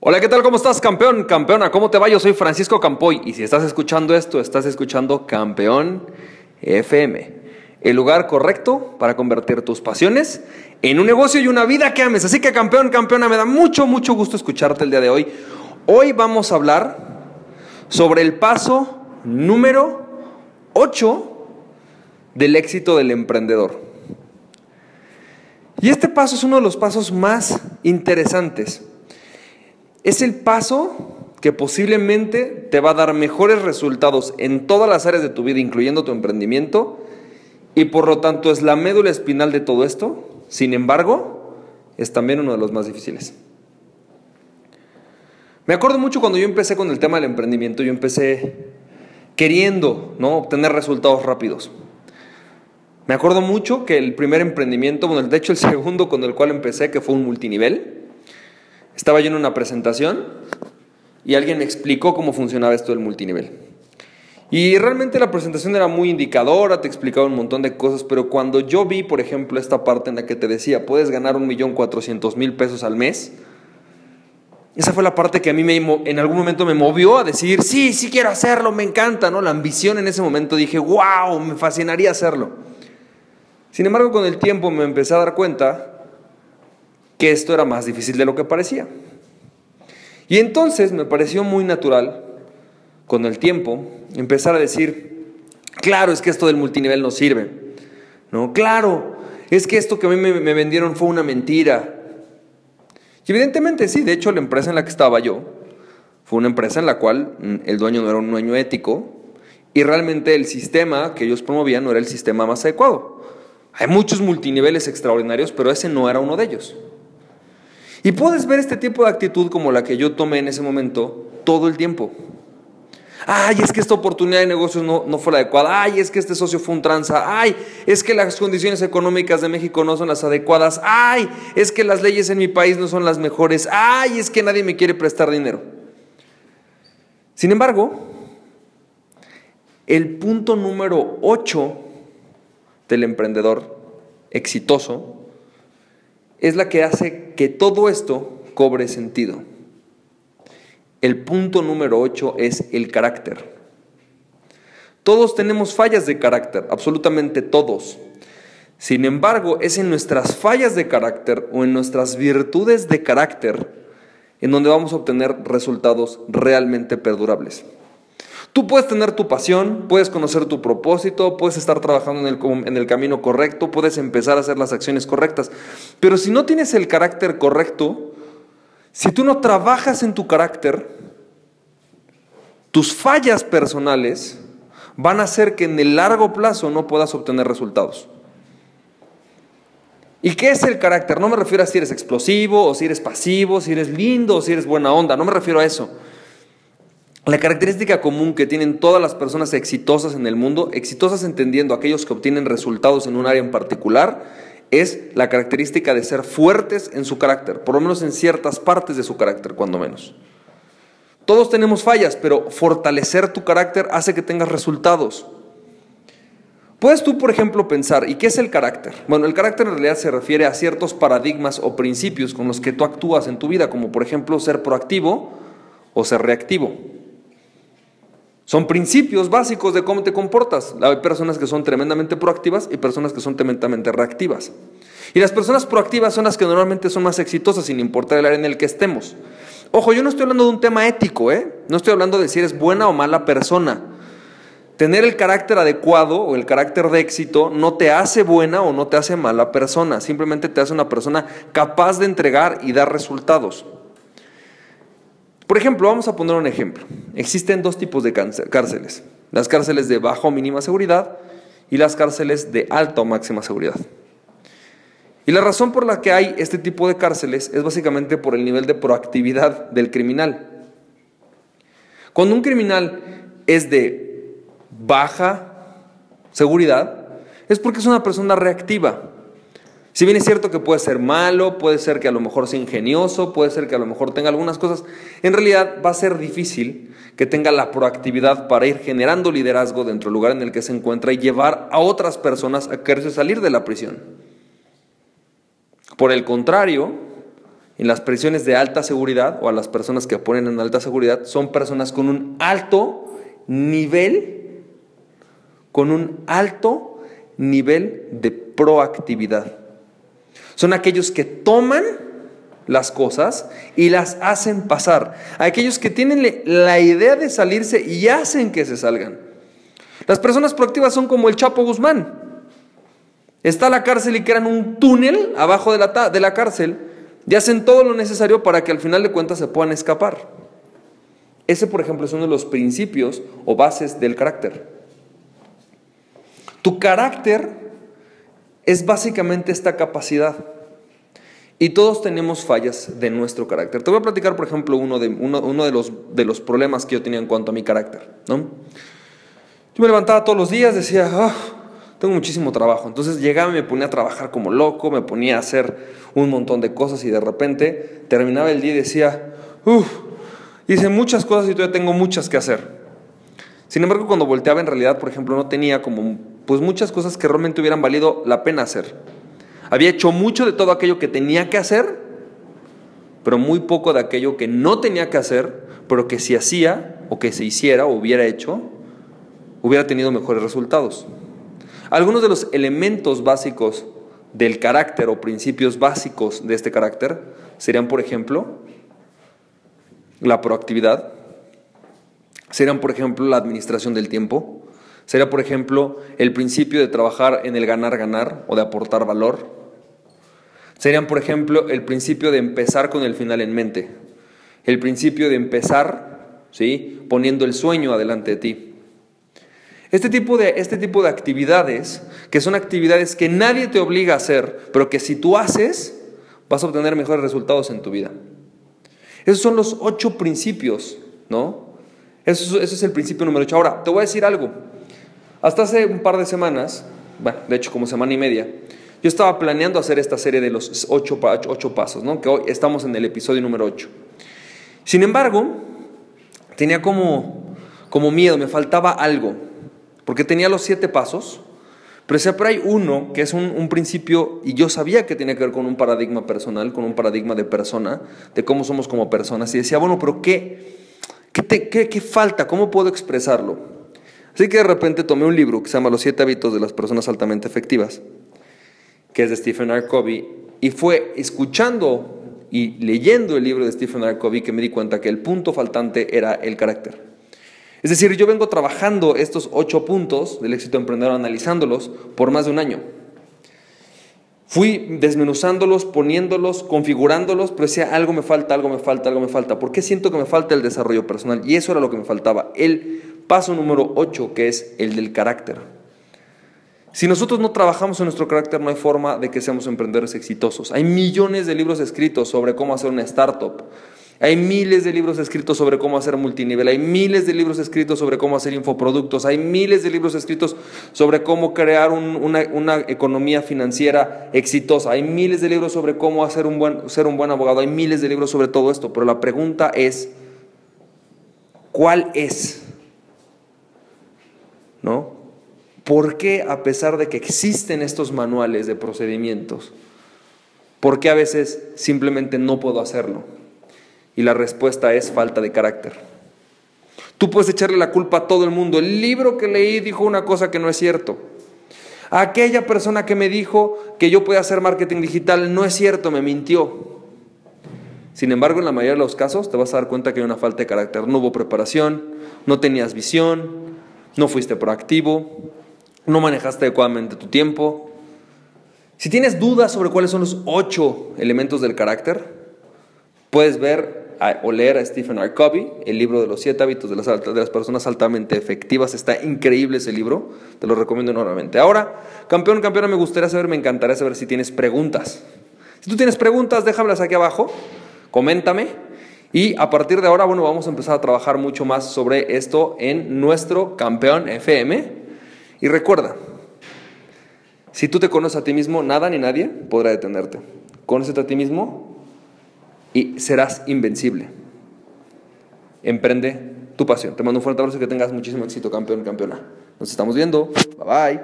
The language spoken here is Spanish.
Hola, ¿qué tal? ¿Cómo estás, campeón? Campeona, ¿cómo te va? Yo soy Francisco Campoy y si estás escuchando esto, estás escuchando Campeón FM, el lugar correcto para convertir tus pasiones en un negocio y una vida que ames. Así que, campeón, campeona, me da mucho gusto escucharte el día de hoy. Hoy vamos a hablar sobre el paso número 8 del éxito del emprendedor. Y este paso es uno de los pasos más interesantes. Es el paso que posiblemente te va a dar mejores resultados en todas las áreas de tu vida, incluyendo tu emprendimiento, y por lo tanto es la médula espinal de todo esto. Sin embargo, es también uno de los más difíciles. Me acuerdo mucho cuando yo empecé con el tema del emprendimiento, yo empecé queriendo, obtener resultados rápidos. Me acuerdo mucho que el primer emprendimiento, de hecho el segundo con el cual empecé, que fue un multinivel, estaba yo en una presentación y alguien me explicó cómo funcionaba esto del multinivel. Y realmente la presentación era muy indicadora, te explicaba un montón de cosas, pero cuando yo vi, por ejemplo, esta parte en la que te decía, puedes ganar 1.400.000 pesos al mes, esa fue la parte que a mí en algún momento me movió a decir, sí quiero hacerlo, me encanta, La ambición en ese momento, dije, wow, me fascinaría hacerlo. Sin embargo, con el tiempo me empecé a dar cuenta que esto era más difícil de lo que parecía. Y entonces me pareció muy natural, con el tiempo, empezar a decir, claro, es que esto del multinivel no sirve, claro, es que esto que a mí me vendieron fue una mentira. Y evidentemente sí, de hecho la empresa en la que estaba yo, fue una empresa en la cual el dueño no era un dueño ético, y realmente el sistema que ellos promovían no era el sistema más adecuado. Hay muchos multiniveles extraordinarios, pero ese no era uno de ellos. Y puedes ver este tipo de actitud como la que yo tomé en ese momento todo el tiempo. Ay, es que esta oportunidad de negocios no fue la adecuada. Ay, es que este socio fue un tranza. Ay, es que las condiciones económicas de México no son las adecuadas. Ay, es que las leyes en mi país no son las mejores. Ay, es que nadie me quiere prestar dinero. Sin embargo, el punto número 8 del emprendedor exitoso es la que hace que todo esto cobre sentido. El punto número 8 es el carácter. Todos tenemos fallas de carácter, absolutamente todos. Sin embargo, es en nuestras fallas de carácter o en nuestras virtudes de carácter en donde vamos a obtener resultados realmente perdurables. Tú puedes tener tu pasión, puedes conocer tu propósito, puedes estar trabajando en el camino correcto, puedes empezar a hacer las acciones correctas, pero si no tienes el carácter correcto, si tú no trabajas en tu carácter, tus fallas personales van a hacer que en el largo plazo no puedas obtener resultados. ¿Y qué es el carácter? No me refiero a si eres explosivo, o si eres pasivo, si eres lindo, o si eres buena onda, no me refiero a eso. La característica común que tienen todas las personas exitosas en el mundo, exitosas entendiendo aquellos que obtienen resultados en un área en particular, es la característica de ser fuertes en su carácter, por lo menos en ciertas partes de su carácter, cuando menos. Todos tenemos fallas, pero fortalecer tu carácter hace que tengas resultados. Puedes tú, por ejemplo, pensar, ¿y qué es el carácter? Bueno, el carácter en realidad se refiere a ciertos paradigmas o principios con los que tú actúas en tu vida, como por ejemplo ser proactivo o ser reactivo. Son principios básicos de cómo te comportas. Hay personas que son tremendamente proactivas y personas que son tremendamente reactivas. Y las personas proactivas son las que normalmente son más exitosas sin importar el área en el que estemos. Ojo, yo no estoy hablando de un tema ético, no estoy hablando de si eres buena o mala persona. Tener el carácter adecuado o el carácter de éxito no te hace buena o no te hace mala persona. Simplemente te hace una persona capaz de entregar y dar resultados. Por ejemplo, vamos a poner un ejemplo. Existen dos tipos de cárceles. Las cárceles de baja o mínima seguridad y las cárceles de alta o máxima seguridad. Y la razón por la que hay este tipo de cárceles es básicamente por el nivel de proactividad del criminal. Cuando un criminal es de baja seguridad, es porque es una persona reactiva. Si bien es cierto que puede ser malo, puede ser que a lo mejor sea ingenioso, puede ser que a lo mejor tenga algunas cosas, en realidad va a ser difícil que tenga la proactividad para ir generando liderazgo dentro del lugar en el que se encuentra y llevar a otras personas a quererse salir de la prisión. Por el contrario, en las prisiones de alta seguridad, o a las personas que ponen en alta seguridad, son personas con un alto nivel de proactividad. Son aquellos que toman las cosas y las hacen pasar. Aquellos que tienen la idea de salirse y hacen que se salgan. Las personas proactivas son como el Chapo Guzmán. Está la cárcel y crean un túnel abajo de la cárcel y hacen todo lo necesario para que al final de cuentas se puedan escapar. Ese, por ejemplo, es uno de los principios o bases del carácter. Tu carácter es básicamente esta capacidad. Y todos tenemos fallas de nuestro carácter. Te voy a platicar, por ejemplo, uno de los problemas que yo tenía en cuanto a mi carácter, ¿no? Yo me levantaba todos los días, decía, tengo muchísimo trabajo. Entonces llegaba y me ponía a trabajar como loco, me ponía a hacer un montón de cosas y de repente terminaba el día y decía, hice muchas cosas y todavía tengo muchas que hacer. Sin embargo, cuando volteaba, en realidad, por ejemplo, no tenía como pues muchas cosas que realmente hubieran valido la pena hacer. Había hecho mucho de todo aquello que tenía que hacer, pero muy poco de aquello que no tenía que hacer, pero que si hacía o que se hiciera o hubiera hecho, hubiera tenido mejores resultados. Algunos de los elementos básicos del carácter o principios básicos de este carácter serían, por ejemplo, la proactividad, serían, por ejemplo, la administración del tiempo, sería, por ejemplo, el principio de trabajar en el ganar-ganar o de aportar valor. Serían, por ejemplo, el principio de empezar con el final en mente. El principio de empezar, ¿sí?, poniendo el sueño adelante de ti. Este tipo de actividades, que son actividades que nadie te obliga a hacer, pero que si tú haces, vas a obtener mejores resultados en tu vida. Esos son los 8 principios, ¿no? Eso es el principio número 8. Ahora, te voy a decir algo. Hasta hace un par de semanas, bueno, de hecho como semana y media, yo estaba planeando hacer esta serie de los 8 pasos, ¿no? Que hoy estamos en el episodio número 8. Sin embargo, tenía como miedo, me faltaba algo, porque tenía los 7 pasos, pero siempre hay uno que es un principio, y yo sabía que tenía que ver con un paradigma personal, con un paradigma de persona, de cómo somos como personas, y decía, bueno, pero ¿qué falta? ¿Cómo puedo expresarlo? Así que de repente tomé un libro que se llama Los 7 hábitos de las personas altamente efectivas, que es de Stephen R. Covey, y fue escuchando y leyendo el libro de Stephen R. Covey que me di cuenta que el punto faltante era el carácter. Es decir, yo vengo trabajando estos 8 puntos del éxito emprendedor, analizándolos por más de un año. Fui desmenuzándolos, poniéndolos, configurándolos, pero decía, algo me falta. ¿Por qué siento que me falta el desarrollo personal? Y eso era lo que me faltaba, el paso número 8, que es el del carácter. Si nosotros no trabajamos en nuestro carácter, no hay forma de que seamos emprendedores exitosos. Hay millones de libros escritos sobre cómo hacer una startup. Hay miles de libros escritos sobre cómo hacer multinivel. Hay miles de libros escritos sobre cómo hacer infoproductos. Hay miles de libros escritos sobre cómo crear una economía financiera exitosa. Hay miles de libros sobre cómo ser un buen abogado. Hay miles de libros sobre todo esto. Pero la pregunta es, ¿cuál es? ¿No? ¿Por qué, a pesar de que existen estos manuales de procedimientos, por qué a veces simplemente no puedo hacerlo? Y la respuesta es falta de carácter. Tú puedes echarle la culpa a todo el mundo. El libro que leí dijo una cosa que no es cierto. Aquella persona que me dijo que yo podía hacer marketing digital no es cierto, me mintió. Sin embargo, en la mayoría de los casos te vas a dar cuenta que hay una falta de carácter. No hubo preparación, no tenías visión, no fuiste proactivo, no manejaste adecuadamente tu tiempo. Si tienes dudas sobre cuáles son los 8 elementos del carácter, puedes ver o leer a Stephen R. Covey, el libro de los 7 hábitos de las personas altamente efectivas. Está increíble ese libro, te lo recomiendo enormemente. Ahora, campeona, me encantaría saber si tienes preguntas. Si tú tienes preguntas, déjamelas aquí abajo, coméntame. Y a partir de ahora, vamos a empezar a trabajar mucho más sobre esto en nuestro Campeón FM. Y recuerda, si tú te conoces a ti mismo, nada ni nadie podrá detenerte. Conócete a ti mismo y serás invencible. Emprende tu pasión. Te mando un fuerte abrazo y que tengas muchísimo éxito, campeón, campeona. Nos estamos viendo. Bye bye.